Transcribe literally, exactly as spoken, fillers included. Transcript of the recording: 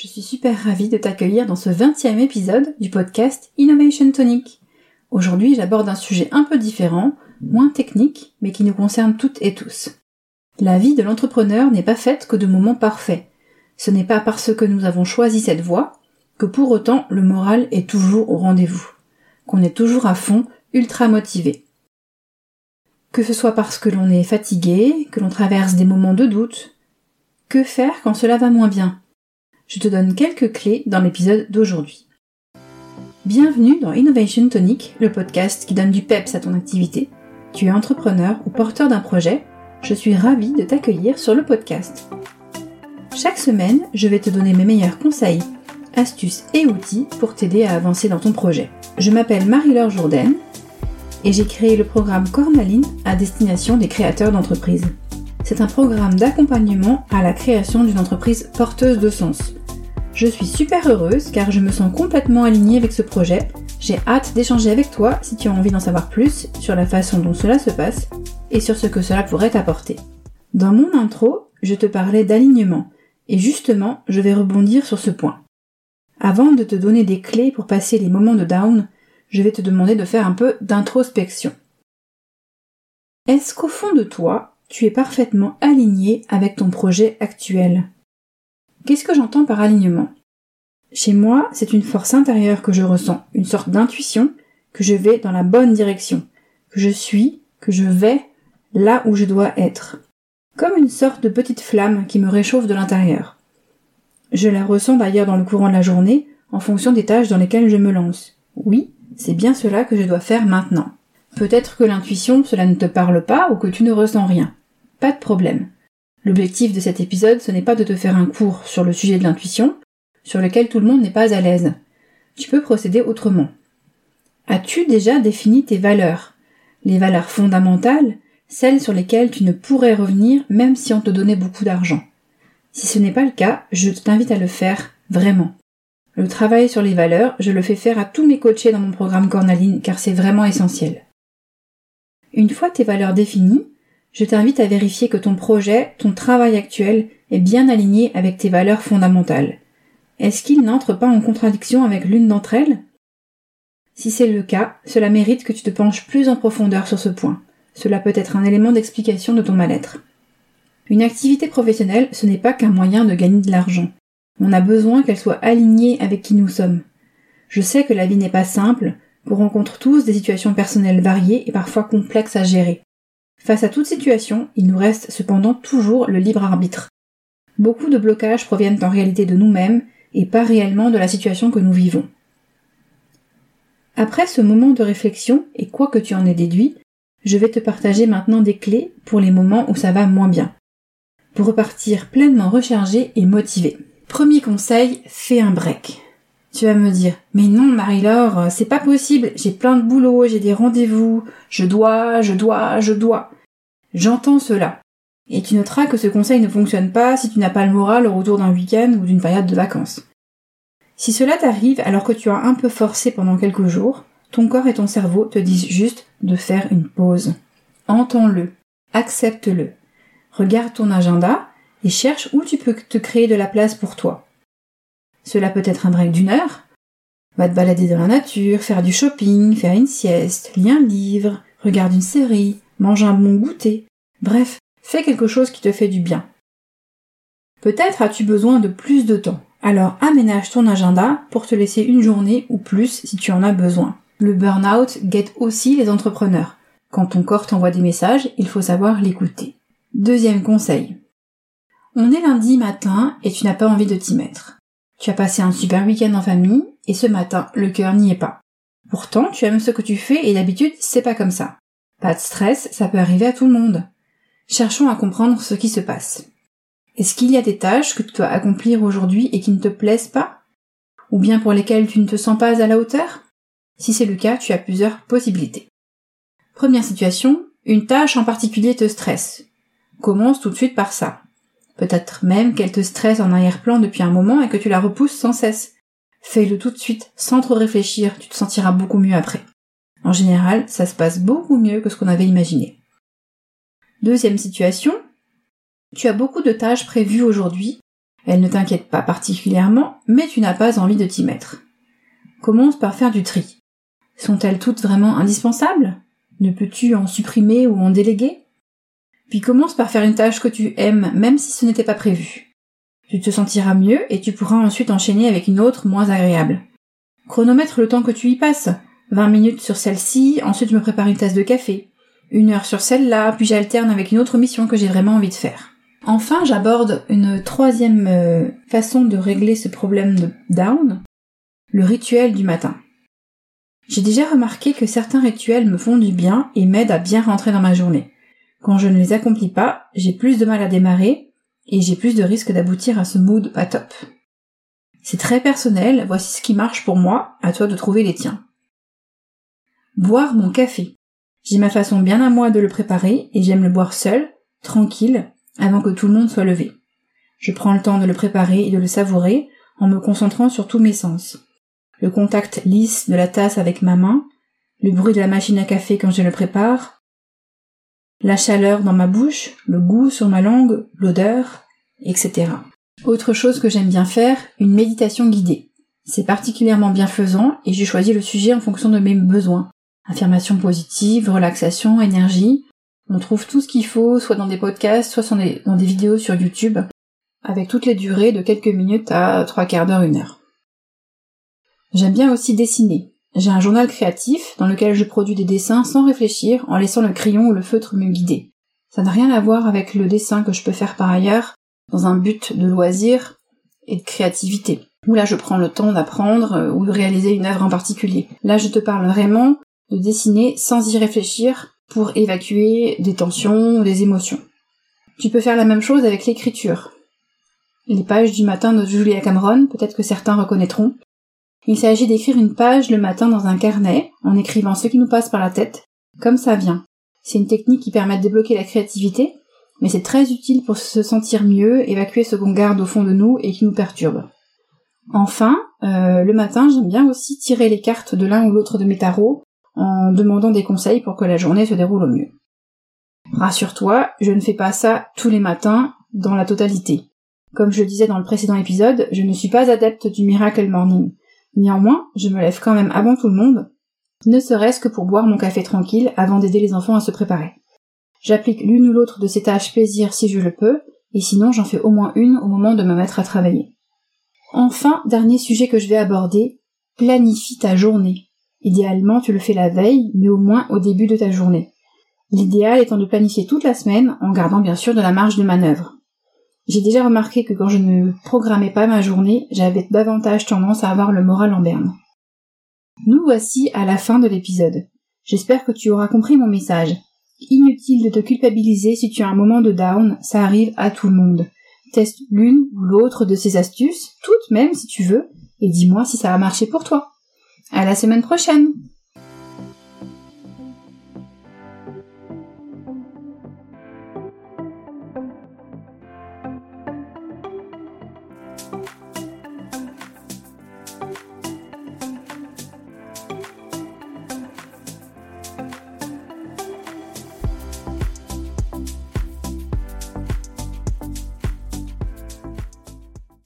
Je suis super ravie de t'accueillir dans ce vingtième épisode du podcast Innovation Tonic. Aujourd'hui, j'aborde un sujet un peu différent, moins technique, mais qui nous concerne toutes et tous. La vie de l'entrepreneur n'est pas faite que de moments parfaits. Ce n'est pas parce que nous avons choisi cette voie que pour autant le moral est toujours au rendez-vous, qu'on est toujours à fond, ultra motivé. Que ce soit parce que l'on est fatigué, que l'on traverse des moments de doute. Que faire quand cela va moins bien ? Je te donne quelques clés dans l'épisode d'aujourd'hui. Bienvenue dans Innovation Tonic, le podcast qui donne du peps à ton activité. Tu es entrepreneur ou porteur d'un projet, je suis ravie de t'accueillir sur le podcast. Chaque semaine, je vais te donner mes meilleurs conseils, astuces et outils pour t'aider à avancer dans ton projet. Je m'appelle Marie-Laure Jourdain et j'ai créé le programme Cornaline à destination des créateurs d'entreprises. C'est un programme d'accompagnement à la création d'une entreprise porteuse de sens. Je suis super heureuse car je me sens complètement alignée avec ce projet. J'ai hâte d'échanger avec toi si tu as envie d'en savoir plus sur la façon dont cela se passe et sur ce que cela pourrait t'apporter. Dans mon intro, je te parlais d'alignement et justement, je vais rebondir sur ce point. Avant de te donner des clés pour passer les moments de down, je vais te demander de faire un peu d'introspection. Est-ce qu'au fond de toi, tu es parfaitement aligné avec ton projet actuel ? Qu'est-ce que j'entends par alignement ? Chez moi, c'est une force intérieure que je ressens, une sorte d'intuition que je vais dans la bonne direction, que je suis, que je vais là où je dois être. Comme une sorte de petite flamme qui me réchauffe de l'intérieur. Je la ressens d'ailleurs dans le courant de la journée, en fonction des tâches dans lesquelles je me lance. Oui, c'est bien cela que je dois faire maintenant. Peut-être que l'intuition, cela ne te parle pas ou que tu ne ressens rien. Pas de problème. L'objectif de cet épisode, ce n'est pas de te faire un cours sur le sujet de l'intuition, sur lequel tout le monde n'est pas à l'aise. Tu peux procéder autrement. As-tu déjà défini tes valeurs ? Les valeurs fondamentales, celles sur lesquelles tu ne pourrais revenir même si on te donnait beaucoup d'argent. Si ce n'est pas le cas, je t'invite à le faire vraiment. Le travail sur les valeurs, je le fais faire à tous mes coachés dans mon programme Cornaline car c'est vraiment essentiel. Une fois tes valeurs définies, je t'invite à vérifier que ton projet, ton travail actuel est bien aligné avec tes valeurs fondamentales. Est-ce qu'il n'entre pas en contradiction avec l'une d'entre elles ? Si c'est le cas, cela mérite que tu te penches plus en profondeur sur ce point. Cela peut être un élément d'explication de ton mal-être. Une activité professionnelle, ce n'est pas qu'un moyen de gagner de l'argent. On a besoin qu'elle soit alignée avec qui nous sommes. Je sais que la vie n'est pas simple, qu'on rencontre tous des situations personnelles variées et parfois complexes à gérer. Face à toute situation, il nous reste cependant toujours le libre arbitre. Beaucoup de blocages proviennent en réalité de nous-mêmes et pas réellement de la situation que nous vivons. Après ce moment de réflexion, et quoi que tu en aies déduit, je vais te partager maintenant des clés pour les moments où ça va moins bien. Pour repartir pleinement rechargé et motivé. Premier conseil, fais un break. Tu vas me dire, mais non Marie-Laure, c'est pas possible, j'ai plein de boulot, j'ai des rendez-vous, je dois, je dois, je dois. J'entends cela. Et tu noteras que ce conseil ne fonctionne pas si tu n'as pas le moral au retour d'un week-end ou d'une période de vacances. Si cela t'arrive alors que tu as un peu forcé pendant quelques jours, ton corps et ton cerveau te disent juste de faire une pause. Entends-le, accepte-le. Regarde ton agenda et cherche où tu peux te créer de la place pour toi. Cela peut être un break d'une heure. Va te balader dans la nature, faire du shopping, faire une sieste, lis un livre, regarde une série, mange un bon goûter. Bref, fais quelque chose qui te fait du bien. Peut-être as-tu besoin de plus de temps. Alors aménage ton agenda pour te laisser une journée ou plus si tu en as besoin. Le burn-out guette aussi les entrepreneurs. Quand ton corps t'envoie des messages, il faut savoir l'écouter. Deuxième conseil. On est lundi matin et tu n'as pas envie de t'y mettre. Tu as passé un super week-end en famille et ce matin, le cœur n'y est pas. Pourtant, tu aimes ce que tu fais et d'habitude, c'est pas comme ça. Pas de stress, ça peut arriver à tout le monde. Cherchons à comprendre ce qui se passe. Est-ce qu'il y a des tâches que tu dois accomplir aujourd'hui et qui ne te plaisent pas ? Ou bien pour lesquelles tu ne te sens pas à la hauteur ? Si c'est le cas, tu as plusieurs possibilités. Première situation, une tâche en particulier te stresse. Commence tout de suite par ça. Peut-être même qu'elle te stresse en arrière-plan depuis un moment et que tu la repousses sans cesse. Fais-le tout de suite, sans trop réfléchir, tu te sentiras beaucoup mieux après. En général, ça se passe beaucoup mieux que ce qu'on avait imaginé. Deuxième situation, tu as beaucoup de tâches prévues aujourd'hui Elles ne t'inquiètent pas particulièrement, mais tu n'as pas envie de t'y mettre. Commence par faire du tri. Sont-elles toutes vraiment indispensables ? Ne peux-tu en supprimer ou en déléguer ? Puis commence par faire une tâche que tu aimes, même si ce n'était pas prévu. Tu te sentiras mieux et tu pourras ensuite enchaîner avec une autre moins agréable. Chronomètre le temps que tu y passes. vingt minutes sur celle-ci, ensuite je me prépare une tasse de café. Une heure sur celle-là, puis j'alterne avec une autre mission que j'ai vraiment envie de faire. Enfin, j'aborde une troisième euh, façon de régler ce problème de down, le rituel du matin. J'ai déjà remarqué que certains rituels me font du bien et m'aident à bien rentrer dans ma journée. Quand je ne les accomplis pas, j'ai plus de mal à démarrer et j'ai plus de risques d'aboutir à ce mood pas top. C'est très personnel, voici ce qui marche pour moi, à toi de trouver les tiens. Boire mon café. J'ai ma façon bien à moi de le préparer et j'aime le boire seul, tranquille, avant que tout le monde soit levé. Je prends le temps de le préparer et de le savourer en me concentrant sur tous mes sens. Le contact lisse de la tasse avec ma main, le bruit de la machine à café quand je le prépare, la chaleur dans ma bouche, le goût sur ma langue, l'odeur, et cetera. Autre chose que j'aime bien faire, une méditation guidée. C'est particulièrement bienfaisant et j'ai choisi le sujet en fonction de mes besoins. Affirmation positive, relaxation, énergie. On trouve tout ce qu'il faut, soit dans des podcasts, soit dans des vidéos sur YouTube, avec toutes les durées de quelques minutes à trois quarts d'heure, une heure. J'aime bien aussi dessiner. J'ai un journal créatif dans lequel je produis des dessins sans réfléchir, en laissant le crayon ou le feutre me guider. Ça n'a rien à voir avec le dessin que je peux faire par ailleurs, dans un but de loisir et de créativité. Où là je prends le temps d'apprendre ou de réaliser une œuvre en particulier. Là je te parle vraiment de dessiner sans y réfléchir pour évacuer des tensions ou des émotions. Tu peux faire la même chose avec l'écriture. Les pages du matin de Julia Cameron, peut-être que certains reconnaîtront. Il s'agit d'écrire une page le matin dans un carnet, en écrivant ce qui nous passe par la tête, comme ça vient. C'est une technique qui permet de débloquer la créativité, mais c'est très utile pour se sentir mieux, évacuer ce qu'on garde au fond de nous et qui nous perturbe. Enfin, euh, le matin, j'aime bien aussi tirer les cartes de l'un ou l'autre de mes tarots, en demandant des conseils pour que la journée se déroule au mieux. Rassure-toi, je ne fais pas ça tous les matins, dans la totalité. Comme je le disais dans le précédent épisode, je ne suis pas adepte du Miracle Morning. Néanmoins, je me lève quand même avant tout le monde, ne serait-ce que pour boire mon café tranquille avant d'aider les enfants à se préparer. J'applique l'une ou l'autre de ces tâches plaisir si je le peux, et sinon j'en fais au moins une au moment de me mettre à travailler. Enfin, dernier sujet que je vais aborder, planifie ta journée. Idéalement, tu le fais la veille, mais au moins au début de ta journée. L'idéal étant de planifier toute la semaine, en gardant bien sûr de la marge de manœuvre. J'ai déjà remarqué que quand je ne programmais pas ma journée, j'avais davantage tendance à avoir le moral en berne. Nous voici à la fin de l'épisode. J'espère que tu auras compris mon message. Inutile de te culpabiliser si tu as un moment de down, ça arrive à tout le monde. Teste l'une ou l'autre de ces astuces, toutes même si tu veux, et dis-moi si ça a marché pour toi. À la semaine prochaine!